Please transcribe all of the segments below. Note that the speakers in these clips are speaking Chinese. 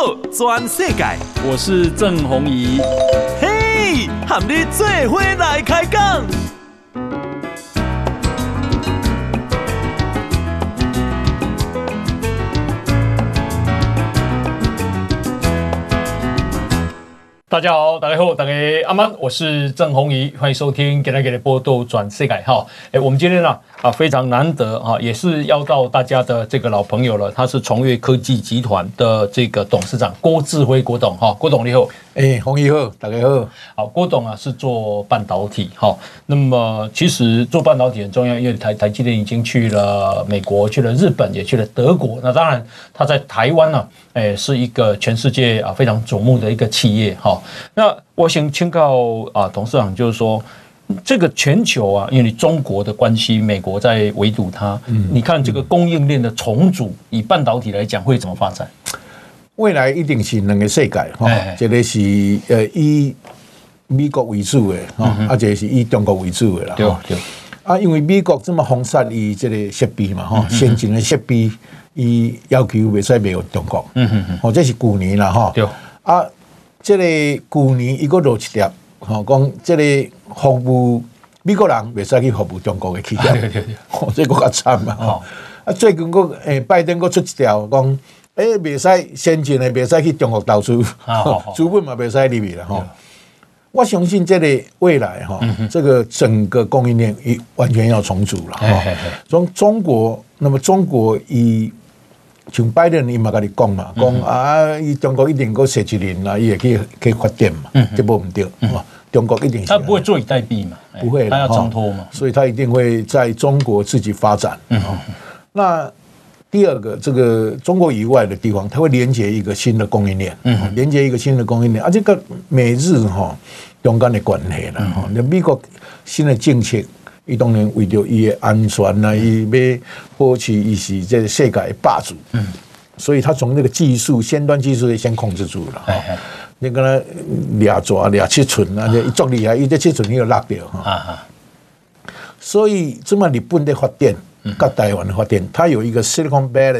全世界。 我是郑弘仪。 嘿，和你做伙来开讲。 大家好，大家好，大家阿曼，我是郑弘仪，欢迎收听今天的波多转世界哈。我们今天非常难得啊，也是邀到大家的这个老朋友了，他是崇越科技集团的这个董事长郭志辉郭董哈，郭董你好。 弘仪好，大家好。 好，郭董是做半导体哈。那么其实做半导体很重要，因为台积电已经去了美国，去了日本，也去了德国。那当然，他在台湾呢，是一个全世界非常瞩目的一个企业哈。那我想请教董事长，就是说这个全球因为中国的关系，美国在围堵它，你看这个供应链的重组，以半导体来讲会怎么发展？ 未来一定是两个世界哈，一个是以美国为主的一个是以中国为主的啦。 对对。 因为美国这么封杀伊这个设备嘛哈，先进的设备伊要求袂使卖给中国。这是去年啦哈。对。这个去年伊个落一条，讲这个服务美国人袂使去服务中国的企业。这个较惨嘛。最近拜登个出一条讲。袂使先进的，袂使去中国投资，资本嘛袂使入去了哈。我相信这个未来哈，这个整个供应链完全要重组了哈。从中国，那么中国以像拜登伊嘛跟你讲嘛，讲伊中国一定个设计人啦，伊也可以发展嘛，这不唔对。中国一定他不会坐以待毙嘛， 不会， 他要挣脱嘛， 所以他一定会在中国自己发展。那第二个，这个中国以外的地方，它会连接一个新的供应链，连接一个新的供应链，这个美日中间的关系啦，那美国新的政策，伊当然为着伊的安全啦，伊要保持伊是这个世界的霸主，所以他从那个技术先端技术先控制住了，你跟他俩抓俩七寸啊，一做厉害，伊这七寸你就落掉所以这么日本的发展。跟台湾的发展，它有一个 Silicon Valley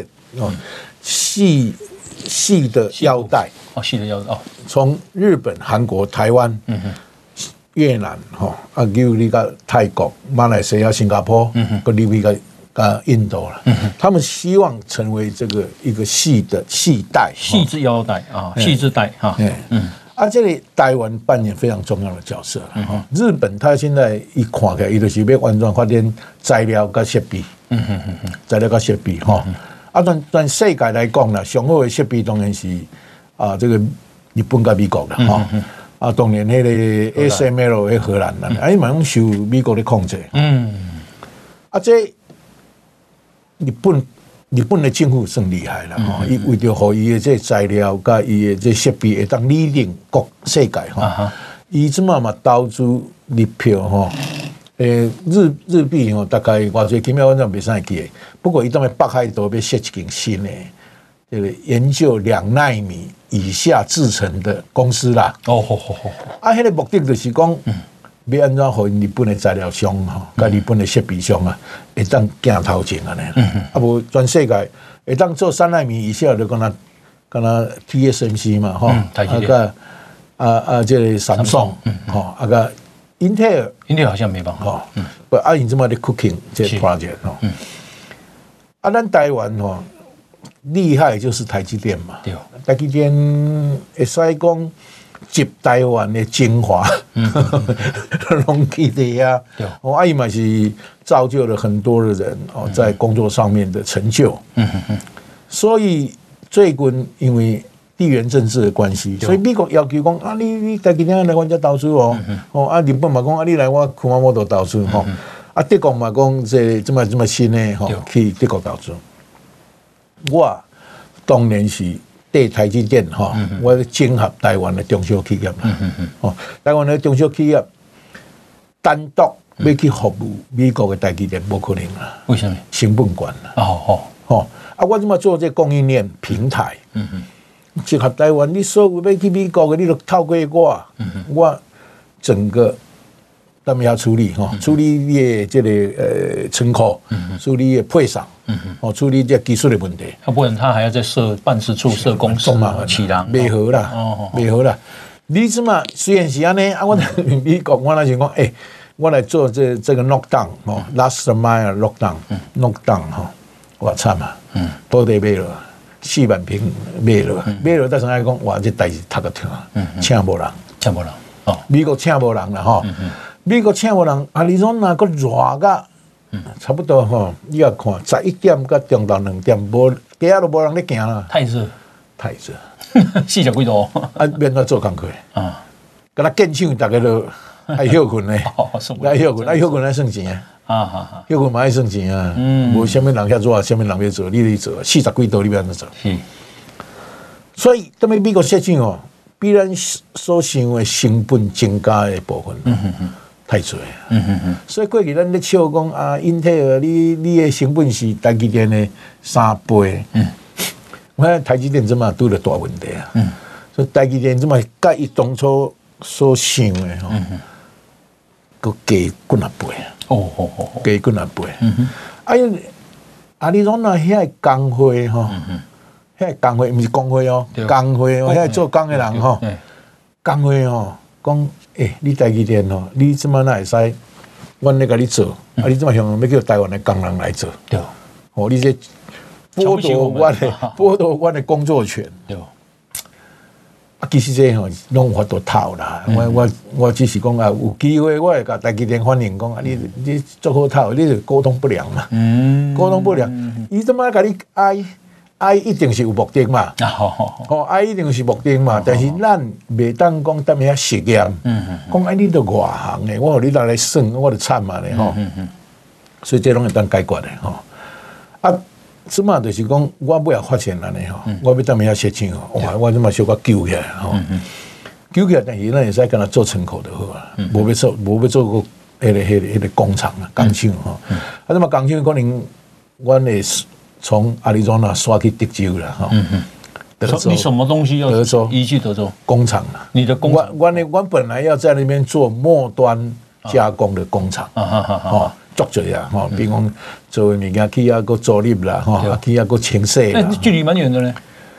细的腰带细的腰带从日本、韩国、台湾、越南你个泰国、马来西亚、新加坡，跟另外一个印度了，他们希望成为这个一个细带、 细之腰带细之带这里台湾扮演非常重要的角色日本它现在一看起来，伊就是要完全发展材料跟设备，材料跟设备但世界来讲啦，上好的设备当然是这个日本跟美国啦当年那个 ASML 在荷兰啦，伊嘛受美国的控制，这日本的政府算厉害了伊为着让伊的这材料甲伊的这设备会当领国世界伊即嘛投资日票日币大概偌济几秒我真袂使记，不过伊当然北海道要设一间新的这个研究2奈米以下制成的公司啦。迄个目的就是讲。要安怎让日本的材料商跟日本的设备商会当行头前无全世界会当做3奈米以下就跟他 TSMC 嘛这个Samsung个 Intel 好像没办法不因这么的 cooking 这 project 咱台湾厉害就是台积电嘛，台积电会使讲。集台湾的精华，拢去的伊嘛是造就了很多的人在工作上面的成就。所以最近因为地缘政治的关系，所以美国要求讲你台积电来阮遮投资日本嘛讲你来我库马摩多投资德国嘛讲这么新的去德国投资，我当然是。对台积电我整合台湾的中小企业台湾的中小企业单独要去服务美国的台积电，不可能啦。 为什么？ 成本高啦。我怎么做这供应链平台？整合台湾，你所有要去美国的，你都透过我整个咱们要处理哈，处理你的这个仓库，处理的配送，处理这技术的问题。 要不然他还要再设办事处、设公司嘛，起人袂好啦，袂好啦。你即嘛虽然是安尼，啊，我美国我那想讲，我来做这个 lockdown 哦 ，last mile lockdown 哈，我惨啊，土地买了4万平买了，但是来讲，哇，这代志读个痛，请无人，哦，美国请无人啦吼，美国请无人，阿里种那个热个，差不多吼，你要看11点到中昼2点，无街都无人咧行啦， 太热，40几度， 啊，免得做工课啊，跟他建厂大家都爱休困咧，爱休困爱算钱啊，休困嘛爱算钱啊，无啥物人遐做，啥物人要做，你去做，40几度你要安怎做？所以，踮咧美国设厂哦。必然所想的成本增加的部分，太多啊。所以过去咱咧笑讲啊，英特尔你的成本是台积电的3倍。我看台积电这嘛拄着大问题啊。所以台积电这嘛甲伊当初所想的吼，佮加几啊倍啊。加几啊倍。啊，你讲那遐工会吼。遐工会毋是工会哦，工会哦，遐做工的人吼，工会哦，讲你台积电哦，你即摆哪会使，阮咧甲你做，啊，你即摆向要叫台湾的工人来做，哦，你这剥夺阮的工作权，啊，其实这吼拢有法度偷啦，我只是讲啊，有机会我会甲台积电反映讲啊，你做好偷，你就沟通不良嘛，沟通不良，伊即摆甲你爱一定是有目的嘛，爱一定是目的嘛，但是咱袂当讲踮遐实验，讲你都外行的，我互你来算，我就惨嘛咧吼，所以这拢会当解决的吼。啊，即嘛就是讲，我尾也发现安尼吼，我要踮遐设厂吼，哇，我即嘛小可救起来吼，救起来，但是咱会使跟他做窗口就好啊，无要做个迄个工厂啊，工厂吼，啊，即嘛工厂可能阮会。从阿里庄那刷去德州了哈， 德州你什么东西要德州移去德州工厂啊？ 你的工厂， 我本来要在那边做末端加工的工厂，做这样哈，比如讲做物件去啊个做粒啦哈，去啊个清洗啦。 那距离蛮远的呢。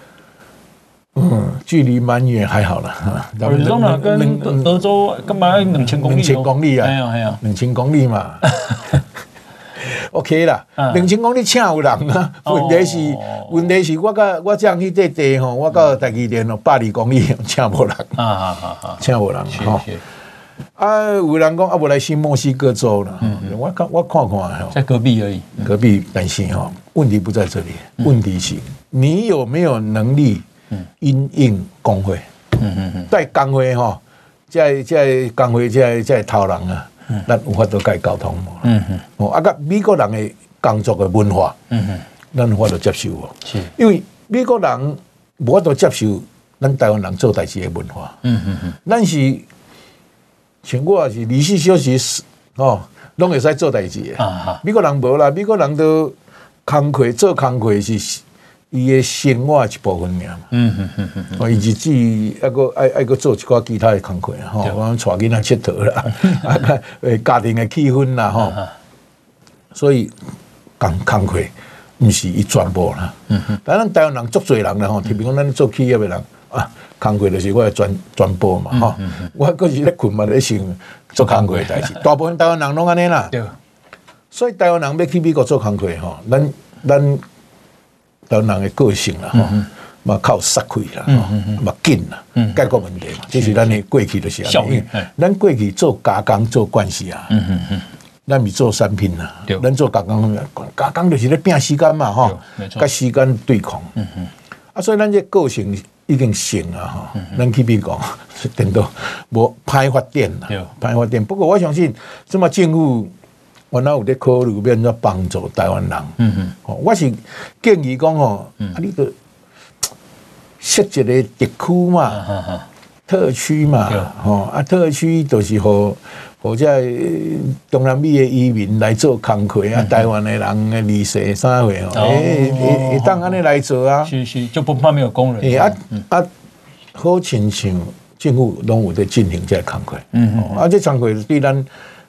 距离蛮远，还好啦。 阿里庄那跟德州干嘛2000公里 ？2000公里啊，2000公里嘛。OK 啦，2000公里请有人啊。问题是我这样去这地吼，我到台积电120公里请无人请无人吼。啊，有人讲啊，无来新墨西哥州了。我看看在隔壁而已。 隔壁，但是哈，问题不在这里，问题是你有没有能力因应工会？在工会哈，在工会在偷人啊。咱有法度甲伊沟通无？啊，甲美国人的工作的文化，咱有法度接受无？是，因为美国人无法度接受咱台湾人做代志的文化。咱是像我是24小时拢会使做代志的。美国人无啦，美国人都工课做工课是伊的生活一部分尔。伊日子爱个做一寡其他的工课吼，我带囡仔佚佗啦，家庭的气氛啦吼，所以工课毋是伊全部啦。但咱台湾人足侪人啦吼，特别讲咱做企业的人啊，工课就是我的全部嘛吼。我嗰时咧困嘛咧想做工课的代志，大部分台湾人拢安尼啦。所以台湾人要去美国做工课吼，咱台湾人的个性啦，嘛靠实开啦，嘛紧啦，解决问题嘛，这是咱的过去就是安尼。咱过去做加工做关系啊，咱咪做产品啦，咱做加工就是咧拼时间嘛，吼，甲时间对抗。啊，所以咱这个性已经成啊，吼，咱去美国等到无歹发展啦，歹发展。不过我相信，这么政府。我哪有在考虑要安怎帮助台湾人？我是建议讲吼，你得设一个特区嘛，特区嘛，特区就是互这中南美的移民来做工课啊，台湾的人的利息啥货会当安尼来做啊？ 是，就不怕没有工人。 好亲像政府拢有在进行这工课，这工课对咱。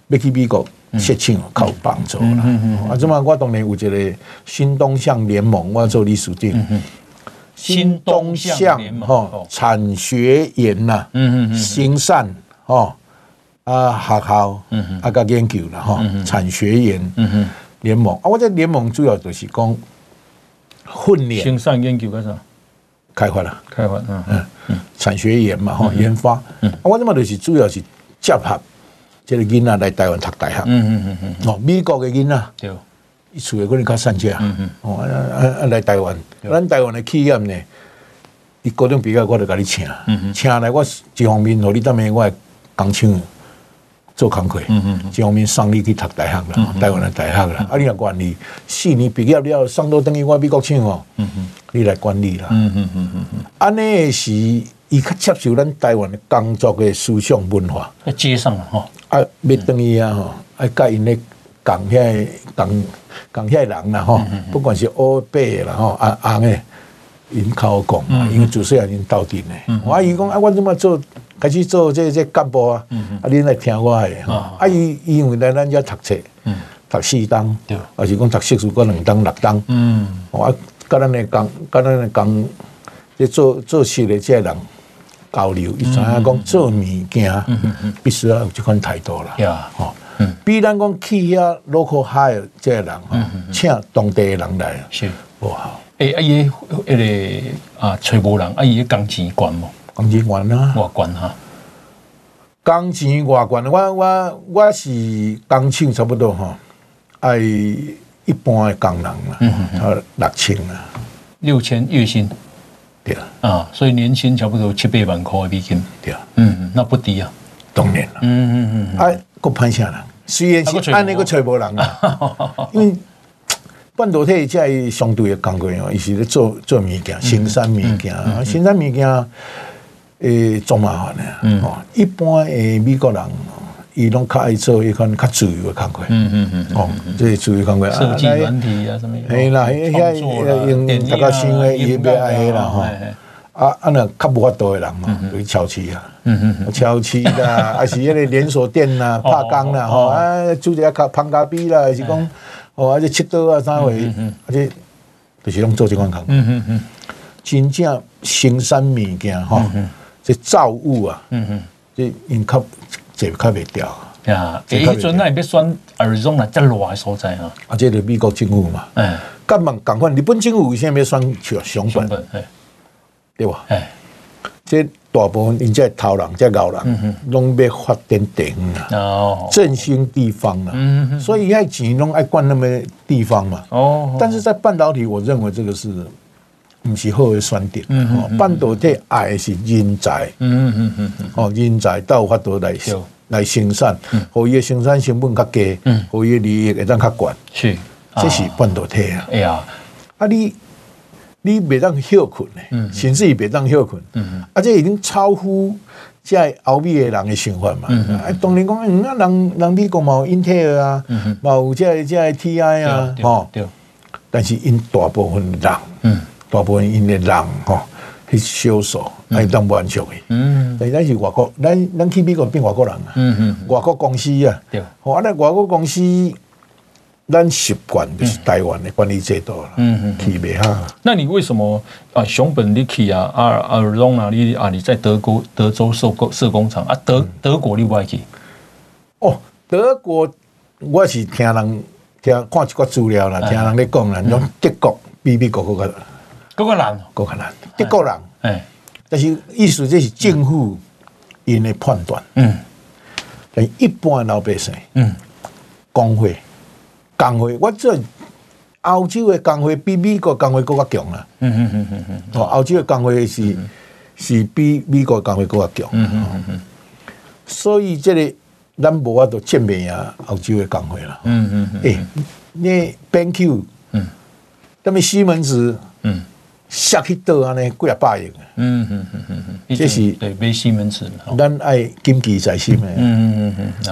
要去美国设厂较有帮助啦。啊，即嘛我当然有一个新东向联盟，我做理事长。 新东向联盟产学研呐，行善啊学校啊甲研究啦产学研联盟啊，我这联盟主要就是讲训练、 行善研究干啥？ 开发啦， 开发， 产学研嘛，研发。啊，我这么就是主要是结合这个囡仔来台湾读大学。美国的囡仔， 对， 伊厝的可能较善只，来台湾，咱台湾的企业呢，你高中毕业我就甲你请，请来我一方面，互你当面我的工厂做工课，一方面送你去读大学啦，台湾的大学啦，啊，你若愿意4年毕业了，送到等于我美国厂哦，你来管理啦，安尼是伊较接受咱台湾的工作的思想文化， 在街上了哈， 啊，要等于啊吼，啊，甲因咧讲遐人啦吼，不管是黑白啦吼，红诶，因较好讲嘛，因为自细汉因斗阵诶。我阿姨讲啊，我怎么做开始做这干部啊？啊，恁来听我诶吼。啊，伊因为来咱遮读册，读4档，还是讲读硕士，搁2档、6档。啊，甲咱诶讲，这做事诶这人交流，伊知影讲做物件必须要有这款态度啦。吼。比咱讲去遐 local hire 这个人，请当地的人来， 是无好。 伊迄个找无人，伊工钱悬无？ 工钱悬啊， 偌悬哈？ 工钱偌悬？我是工厂差不多吼，爱一般的工人啦，6000啦 ，6000月薪。 对啊，所以年薪差不多7-8万块美金。 对， 那不低啊。 当然啦，啊，佫歹啥人，虽然是安尼佫找无人啦，因为半导体这是相对的工作哦，伊是咧做物件，生产物件，生产物件做麻烦的哦。一般的美国人，伊拢较爱做一款较自由的工作，哦，这自由工作， 设计软体啊什么， 嘿啦，遐用大家想的伊要爱的啦吼。啊，那较无法度的人嘛，就是超市啊，超市啦，还是迄个连锁店啦、拍工啦，吼啊，煮一下芳咖啡啦，还是讲哦，啊，这切刀啊啥货，啊，这就是拢做这款工。真正生产物件吼，这造物啊，这因较坐较袂掉。 呀，迄阵那要选 Arizona 遮热的所在啊， 啊，这就美国政府嘛，干嘛共款？日本政府为啥要选熊本？对吧？这大部分因这头人、这老人，拢要发展电啦，振兴地方啦，所以遐钱拢爱管那么地方嘛。但是在半导体，我认为这个是不是好的选择。半导体爱的是人才，人才才有法度来生产，互伊的生产成本较低，互伊的利益会当较悬。 是， 这是半导体啊。 哎呀， 啊你袂当休困呢，甚至于袂当休困，这已经超乎在欧美的人的想法嘛。当然讲，人美国嘛有 Intel 啊，嘛有这 TI 啊，吼。但是因大部分人，大部分因的人吼，去销售，还当不完全的。但是咱是外国，咱去美国变外国人啊，外国公司啊，吼，啊，那外国公司。咱习惯就是台湾的管理制度啦，去袂好。 那你为什么熊本你去啊，Arizona你在德州设工厂啊？德国你不爱去？ 哦，德国我是听看一寡资料啦，听人咧讲啦，讲德国比美国更难，德国人，但是意思这是政府因的判断，但一般老百姓，工会。我这欧洲的工会比美国工会更加强啦。欧洲的工会是比美国工会更加强。所以这个咱无法度正面啊，欧洲的工会啦。你边 Q，那么西门子，下去倒安尼几啊百亿。这是对买西门子， 咱爱谨记在心的。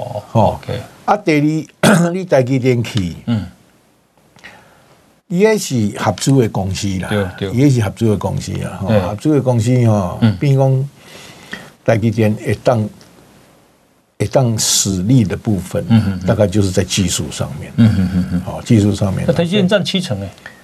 OK。 啊，第二，你台积电去，伊也是合资的公司啦，伊也是合资的公司啊，合资的公司吼，比如讲台积电会当使力的部分，大概就是在技术上面，好，技术上面， 那台积电占70%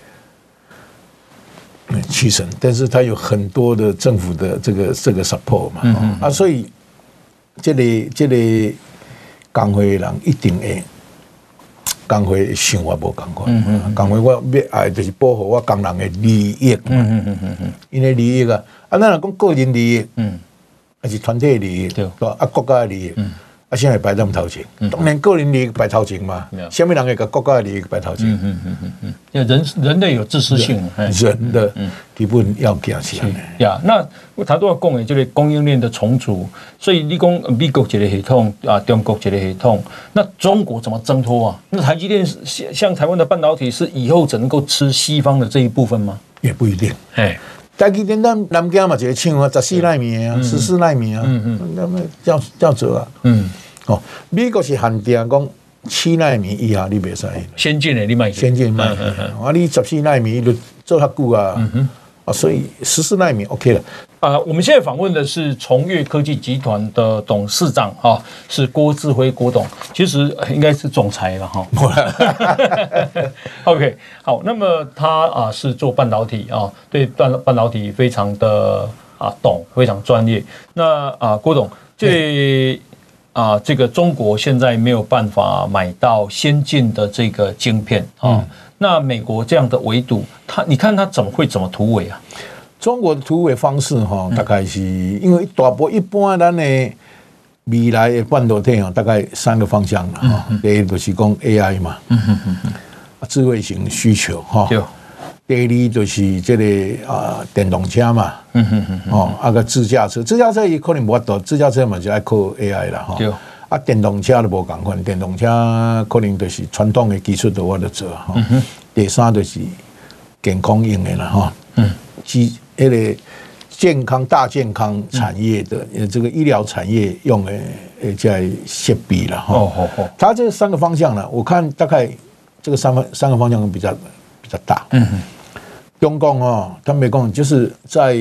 70%，但是它有很多的政府的这个 support 嘛，所以这个工会的人一定会。工会想法无同款，工会我要爱就是保护我工人的利益，因为利益啊，咱若讲个人利益，还是团体利益，国家的利益，现在摆在头前，当然个人利益摆头前嘛，什么人会把国家的利益摆头前？ 人类有自私性， 人的基本要行起来。 呀，那他都要讲的，就是供应链的重组。所以你讲美国一个系统啊，中国一个系统，那中国怎么挣脱啊？那台积电像台湾的半导体是以后只能够吃西方的这一部分吗？ 也不一定。台积电咱南京嘛，一个厂啊，14奈米啊，14奈米啊，那么照做啊。美国是限定讲7奈米以下你袂使。 先进的你卖， 先进卖，啊你14奈米就做较久啊，所以14奈米 OK 了。 我们现在访问的是崇越科技集团的董事长是郭志辉郭董，其实应该是总裁了哈。OK， 好，那么他是做半导体对半导体非常的懂，非常专业。那郭董，这个中国现在没有办法买到先进的这个晶片那美国这样的围堵，你看他怎么突围啊？ 中国的突围方式大概是因为大部一般咱的未来的半导体大概3个方向了第一就是讲 AI 嘛，智慧型需求第二就是这个电动车嘛，个自驾车也可能无法度，自驾车嘛就要靠 AI 啦电动车都无同款，电动车可能就是传统的技术都我得做第三就是健康用的啦那个大健康产业的这个医疗产业用的这设备啦它这3个方向呢，我看大概这个三个方向比较大。中共他们讲就是在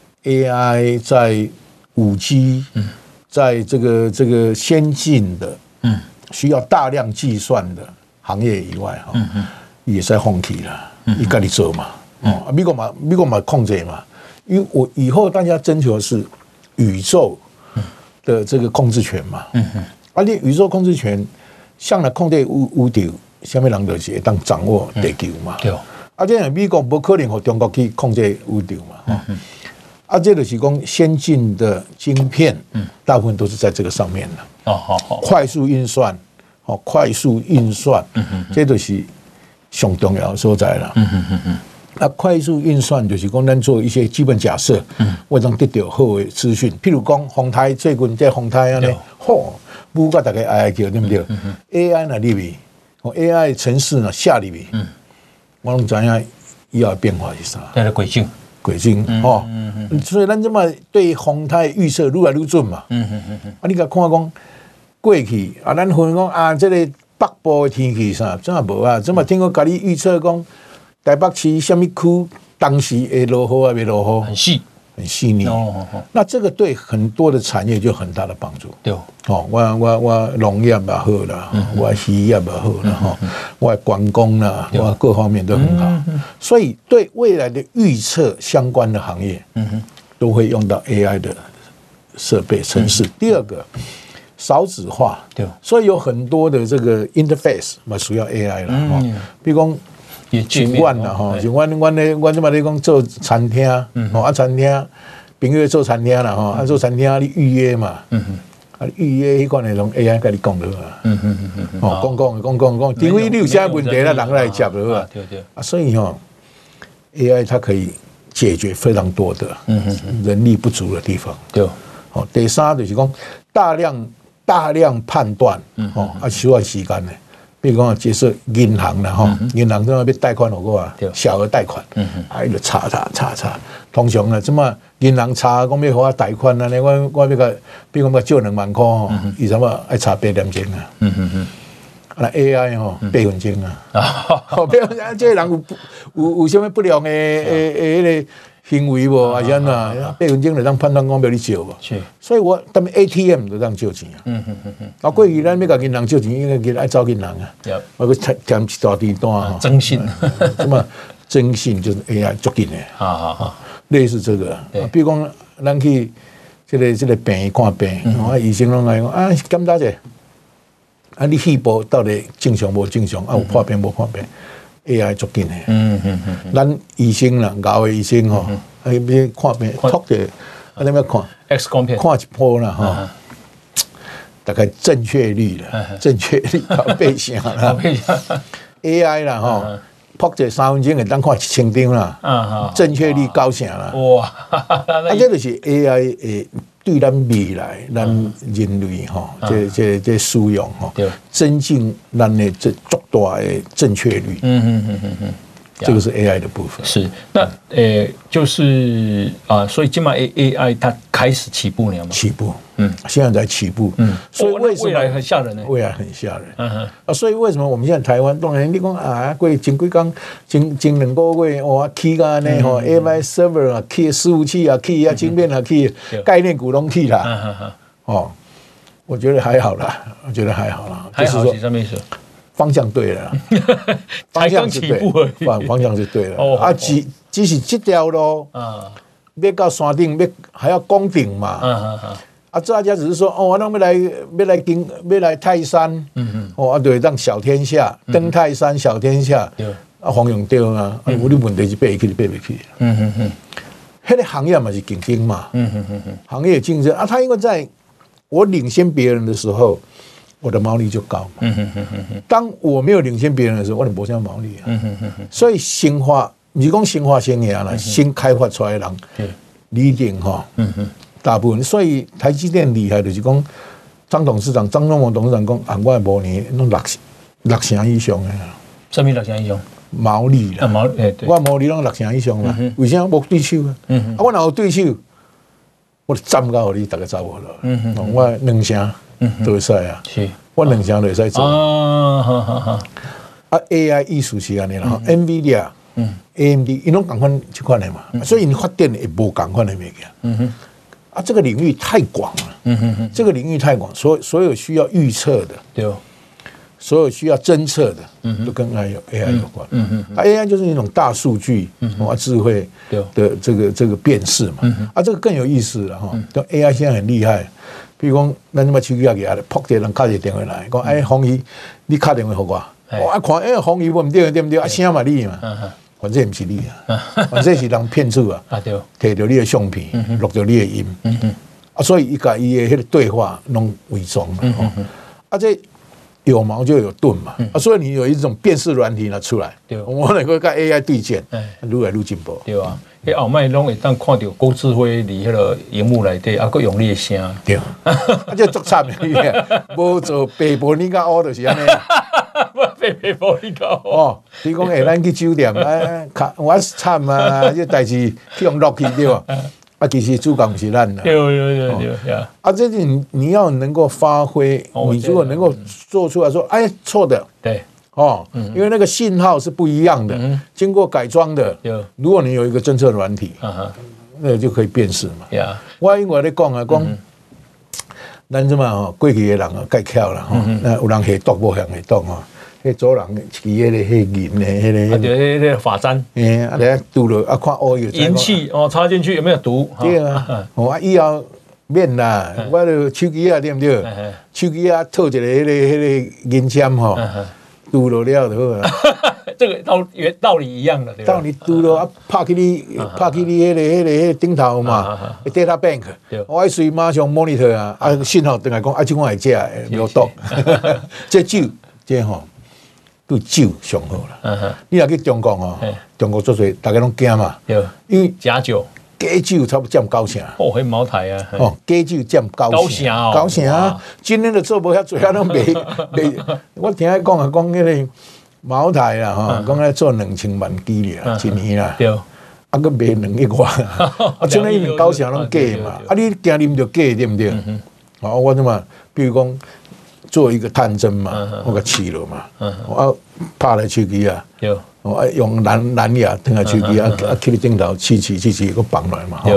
AI 在5G 在这个先进的需要大量计算的行业以外也在放弃了，你自己做嘛美国嘛控制嘛，因为我以后大家征求的是宇宙的这个控制权嘛而且宇宙控制权向来控制宇宙什么人就是会当掌握地球嘛这样美国不可能和中国去控制宇宙嘛这就是讲先进的晶片大部分都是在这个上面的快速运算这就是上重要的所在了快速运算就是讲咱做一些基本假设我能得到好的资讯，譬如讲风台最近这风台不过大家爱叫对不对？AI 那里面AI 程式呢下里面我拢知影以后变化是啥？ 带来轨迹所以咱这么对风台预测愈来愈准嘛。你甲看讲过去咱分讲这个北部的天气啥，怎啊无怎么听过甲你预测讲台北市什么区当时会落雨还没落雨？很细腻那这个对很多的产业就很大的帮助。 对我农业也好啦，我渔业也好啦，我观光啦，我各方面都很好。所以对未来的预测相关的行业，都会用到 AI 的设备程式。第二个，少子化，所以有很多的这个 interface 嘛，需要 AI 啦。比如讲。像阮啦像阮这么咧讲做餐厅，餐厅朋友做餐厅啦做餐厅你预约嘛，预约迄款的拢 AI 跟你讲就好讲，因为你有啥问题啦，人来接就好所以AI 它可以解决非常多的人力不足的地方。第三就是讲大量判断需要时间的。比如讲，假设银行啦，银行怎么要贷款给我小额贷款，就查，通常啦，怎么银行查讲要给我贷款呢？我要个，比如讲要借2万块，伊怎么爱查8点钟那 AI 吼8分钟啊，8分钟，这个人有什么不良的迄个行为无，还是安怎？8分钟就当判断讲要你借无？ 是， 所以我他们 ATM 都当借钱啊。啊，过去咱要甲银行借钱，应该给爱找银行啊。我个添一大地单哈。 征信， 什么征信就是 AI 足紧的。好，类似这个，比如讲咱去这个病院看病，啊，医生拢来讲啊，检查者。啊！你肺部到底正常无正常？啊，有破病无破病 ？AI 足紧的。咱医生啦，搞的医生吼，啊，要看病，托着，啊，你要看 X 光片， 看一波啦，哈，大概正确率啦，正确率到倍啥啦？AI 啦，哈，扑着3分钟会当看1000张啦，正确率高啥啦？哇！啊，这就是 AI 诶。对咱未来，咱人类吼，这使用吼，增进咱的这足大的正确率。这个是 AI 的部分。 是，那就是啊，所以今嘛 AI 它开始起步了吗？ 起步，现在在起步， 所以为什么未来很吓人呢？ 未来很吓人，啊，所以为什么我们现在台湾当然你讲啊，过前几工前2个月哇起个呢吼 ，AI server 啊起，伺服器啊起啊，晶片啊起，概念股拢起啦，哦，我觉得还好啦， 还好是什么意思？ 方向对了， 方向是对， 方向是对了。啊，只是这条路要到山顶，还要攻顶嘛。啊，大家只是说，我那要来泰山，啊，对，让小天下登泰山，小天下，啊，黄永掉啊，有你问题是背去就背不去。那个行业嘛是竞争嘛，行业竞争啊，他因为在我领先别人的时候。我的毛利就高嘛。当我没有领先别人的时候，我就没什么毛利啊。所以新化，你讲新化新业啦，新开发出来的人，一定哈，大部分。所以台积电厉害就是讲，张董事长、张忠谋董事长讲，啊，我的毛利弄六成以上的。 什么6成以上？ 毛利啦，我毛利拢6成以上嘛。为啥无对手啊？我哪有对手？我站到你大家找我了。我2成。都会使啊，我2成就会使做。啊 ，AI 艺术是安尼啦 ，NVIDIA、AMD， 因拢共款这款的嘛，所以你发电也无共款的物件。啊，这个领域太广了。这个领域太广，所有需要预测的，对，所有需要侦测的，都跟 AI 有关。啊 ，AI 就是一种大数据智慧的这个辨识嘛。啊，这个更有意思了哈。AI 现在很厉害。比如讲，咱即摆手机也来，扑一个人敲一个电话来，讲哎，黄姨，你敲电话给我，我一看，哎，黄姨我唔对对不对？啊，声嘛你嘛，反正唔是你啊，反正是人骗子啊，摕到你的相片，录到你的音，啊，所以伊甲伊的迄个对话拢伪装了，啊，这有矛就有盾嘛，啊，所以你有一种辨识软体拿出来，我能够跟 AI 对战，愈来愈进步， 对啊。迄后摆拢会当看到高智慧伫迄个荧幕内底，啊，佮用你的声， 对，啊，这足惨的，无做白无你甲乌就是安尼， 白无你甲乌。 哦，比如讲，咱去酒店，我惨啊，这代志去用落去对吧？啊，其实主角是咱啦。对。啊，这你要能够发挥，你如果能够做出来说，哎，错的，对。哦，因为那个信号是不一样的，经过改装的。如果你有一个侦测软体，那就可以辨识嘛。我因为咧讲啊，讲咱即嘛吼，过去的人啊，介巧啦吼，那有人下毒无向下毒吼，迄组人饲迄个迄银的迄个法簪， 啊，来堵了啊，看哦有银器哦，插进去有没有毒？ 对啊，哦啊以后免啦，我就手机啊，对不对？手机啊，套一个迄个银签吼。堵了了就好了， 这个道理一样的，对吧？ 道理堵了啊，拍去你迄个顶头嘛，data bank， 我随马上 monitor 啊，信号等来讲啊，这款会食有毒，这酒这吼对酒上好啦。你若去中国哦，中国做侪大家拢惊嘛，因为假酒。 假酒差不多占9成， 哦，迄茅台啊， 哦，假酒占9成啊，今天的做无遐侪啊，拢卖。我听讲啊，讲迄个茅台啦，吼，讲咧做2000万支啦，一年啦，对，啊，佮卖2亿外，啊，像那9成拢假嘛，啊，你惊啉着假对不对？哦，我怎么，比如讲做一个探针嘛，我个试了嘛，我拍来手机啊，我用蓝牙听下手机啊，去你顶头试个绑来嘛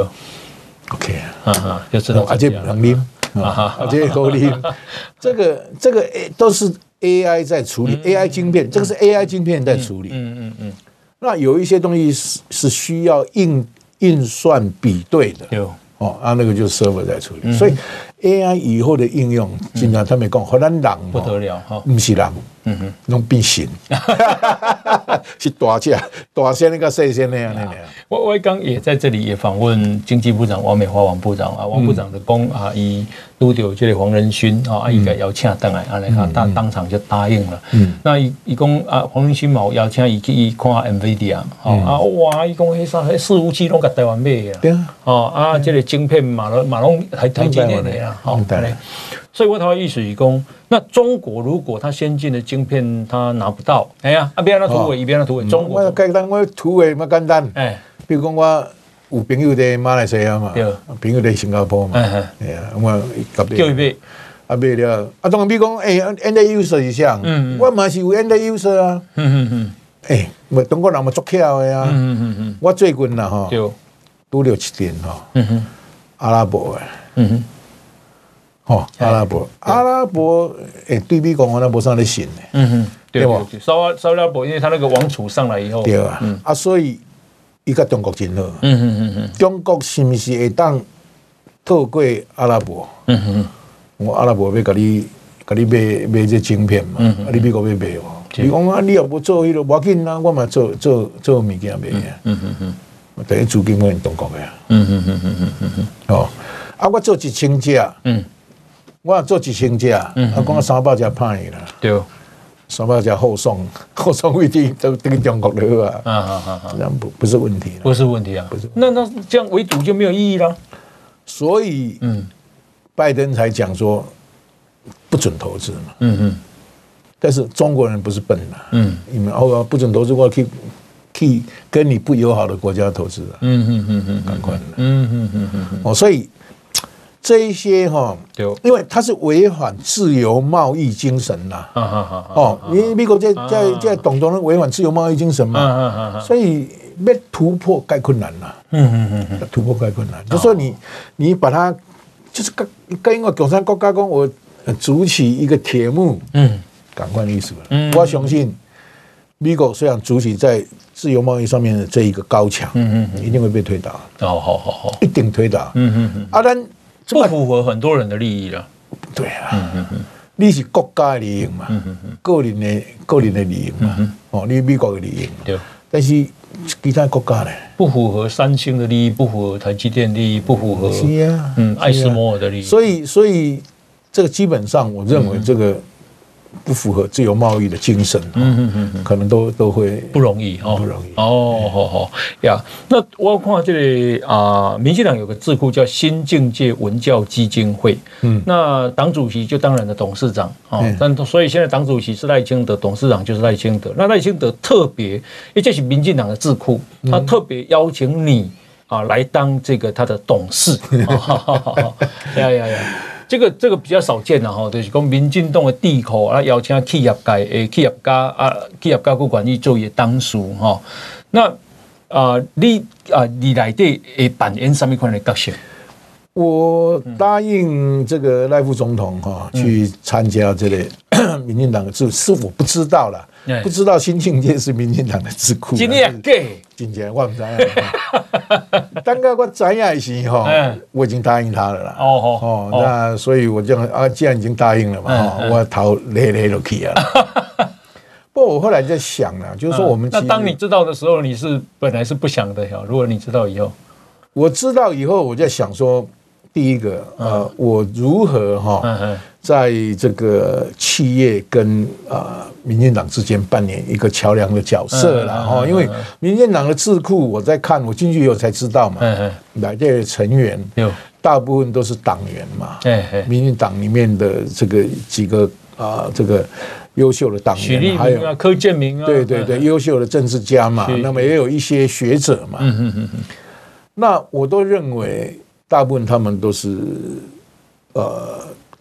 ，OK 啊， 就这种， 这不能啉，这够啉，这个都是 AI 在处理 AI 晶片，这个是 AI 晶片在处理，那有一些东西是需要运算比对的，那个就是 server 在处理，所以 AI 以后的应用，经常他们讲，和咱人不得了哈， 不是人，拢变神，是大只那个细仙那样的。 我刚也在这里也访问经济部长王美花王部长啊，王部长的讲啊，伊拄到这个黄仁勋啊，伊个邀请回来，安尼他当场就答应了。那伊讲啊，黄仁勋嘛邀请伊去看 NVIDIA 啊，哇，伊讲迄啥迄伺服器拢甲台湾买啊，对啊，这个晶片嘛拢台积电的啦，所以我头意思是讲，那中国如果它先进的晶片它拿不到，哎呀，边那突围一边那突围，中国我简单，我突围嘛简单，比如讲我有朋友在马来西亚嘛，朋友在新加坡嘛，我叫伊买， 买了，当然比如讲end user 一项，我嘛是有 end user 啊，我中国人嘛足巧的啊，我最近啦吼，拄了一点吼，阿拉伯的。阿拉伯对比讲，那无啥咧信的， 对不？沙拉伯，因为他那个王储上来以后， 对啊，所以伊甲中国真好，中国是不是会当透过阿拉伯？我阿拉伯要甲你买这晶片嘛，你美国要买哦？你讲啊，你又无做迄个，无要紧啊，我嘛做物件买啊，等于资金我中国的我做1000只，我做1000只，讲300只歹啦，对，300只后送位置都跟中国的啊，这样不是问题， 不是问题啊，不是，那这样围堵就没有意义了， 所以拜登才讲说不准投资嘛，但是中国人不是笨的，你们不准投资，我去跟你不友好的国家投资啊，赶快的，所以。这一些因为它是违反自由贸易精神啦，你美国在懂得违反自由贸易精神嘛，所以要突破该困难啦，突破该困难，就说你把它就是跟一个共产国家讲，我筑起一个铁幕，赶快意思了，我相信美国虽然筑起在自由贸易上面的这一个高墙，一定会被推倒，好，一定推倒，咱。 不符合很多人的利益了。 对啊，你是国家的利益嘛，个人的利益嘛，你美国的利益嘛。对。但是其他国家呢？ 不符合三星的利益，不符合台积电利益，不符合艾斯摩尔的利益。 所以这个基本上，我认为这个不符合自由贸易的精神，可能都会不容易哦， 不容易好呀。那我看这里民进党有个智库叫新境界文教基金会，那党主席就当然的董事长但所以现在党主席是赖清德，董事长就是赖清德。那赖清德特别，因为这是民进党的智库，他特别邀请你来当这个他的董事，呀。这个比较少见啦，就是讲民进党的地口邀请企业界企业家去管理做也当属那你内底会扮演什么款的角色？ 我答应这个赖副总统去参加这类民进党的智库，是我不知道啦，不知道新境界是民进党的智库， 真的假？ 真的我不知道。当个我知影时我已经答应他了啦。那所以我这样既然已经答应了嘛，我头勒就去啊。不过我后来在想了，就是说我们那当你知道的时候，你是本来是不想的如果你知道以后， 我知道以后，我在想说，第一个我如何在这个企业跟民进党之间扮演一个桥梁的角色啦因为民进党的智库我在看，我进去以后才知道嘛，来这些成员大部分都是党员嘛，民进党里面的这个几个这个优秀的党员， 许立明啊、柯建明啊， 对，优秀的政治家嘛，那么也有一些学者嘛，那我都认为大部分他们都是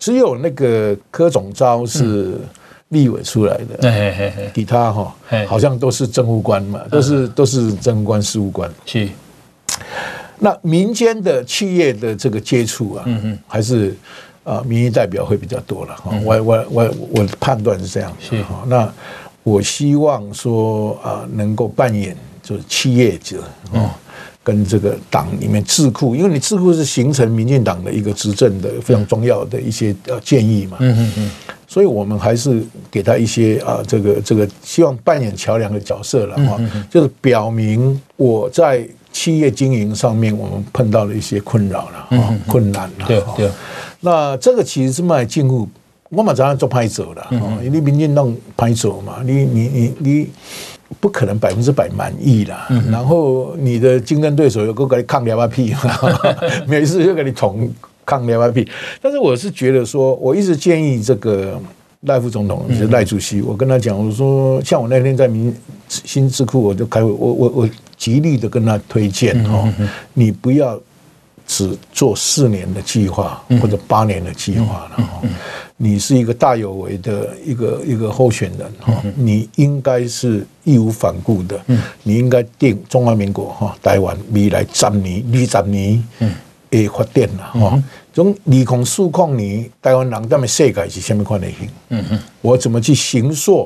只有那个柯总召是立委出来的，其他好像都是政务官嘛，都是政务官、事务官。 是。 那民间的企业的这个接触啊，还是民意代表会比较多了。我的判断是这样的。那我希望说能够扮演就是企业者跟这个党里面智库，因为你智库是形成民进党的一个执政的非常重要的一些建议嘛。所以我们还是给他一些这个希望扮演桥梁的角色了就是表明我在企业经营上面我们碰到了一些困扰了困难了。 对。 那这个其实是卖进户。我嘛常常做拍走了，因为民进党拍走嘛，你不可能100%满意啦。然后你的竞争对手有个跟你抗2屁，每次就跟你抗2屁。但是我是觉得说，我一直建议这个赖副总统，就是赖主席，我跟他讲，我说像我那天在新智库，我就开会，我极力的跟他推荐你不要只做4年的计划或者8年的计划了。你是一个大有为的一个候选人你应该是义无反顾的，你应该定中华民国台湾未来10年、20年的发展啦从2040年台湾人在世界是什么样的型？我怎么去形塑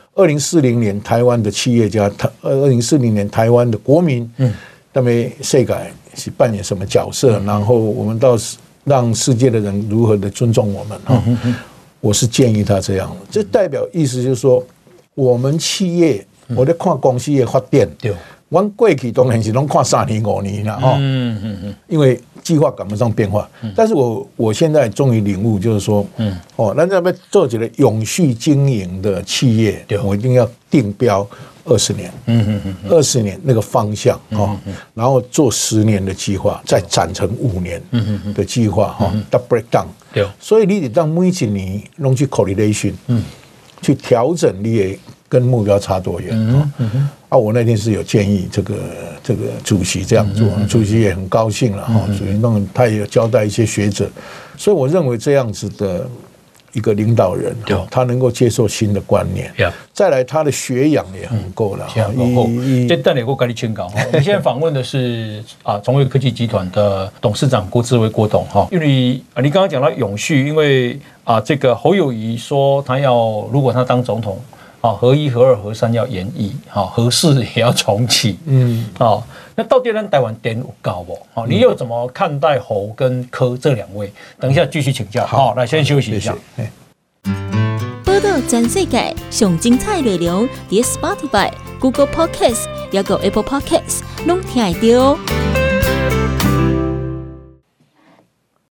2040年台湾的企业家，2040年台湾的国民，在世界是扮演什么角色？然后我们到让世界的人如何的尊重我们我是建议他这样，这代表意思就是说，我们企业我在看公司的发展，我们过去当然是拢看3年5年啦因为计划赶不上变化。但是我现在终于领悟，就是说，那要做一个永续经营的企业，我一定要定标20年，20年那个方向然后做10年的计划，再展成5年的计划到 breakdown。所以你得当每一年弄去 correlation，去调整你也跟目标差多远我那天是有建议这个主席这样做，主席也很高兴了主席他也有交代一些学者，所以我认为这样子的一个领导人他能够接受新的观念，再来他的学养也很够了。 这等下我跟你请教我们现在访问的是中卫科技集团的董事长郭志威郭董因为你刚刚讲到永续，因为这个侯友宜说他如果他当总统核1、核2、核3要延役核4也要重启那到底咱台湾电有够不你又怎么看待侯跟柯这2位？等一下继续请教。好，来先休息一下。 报道全世界上精彩内容，伫 Spotify、Google Podcast 还有 Apple Podcast 拢听得到。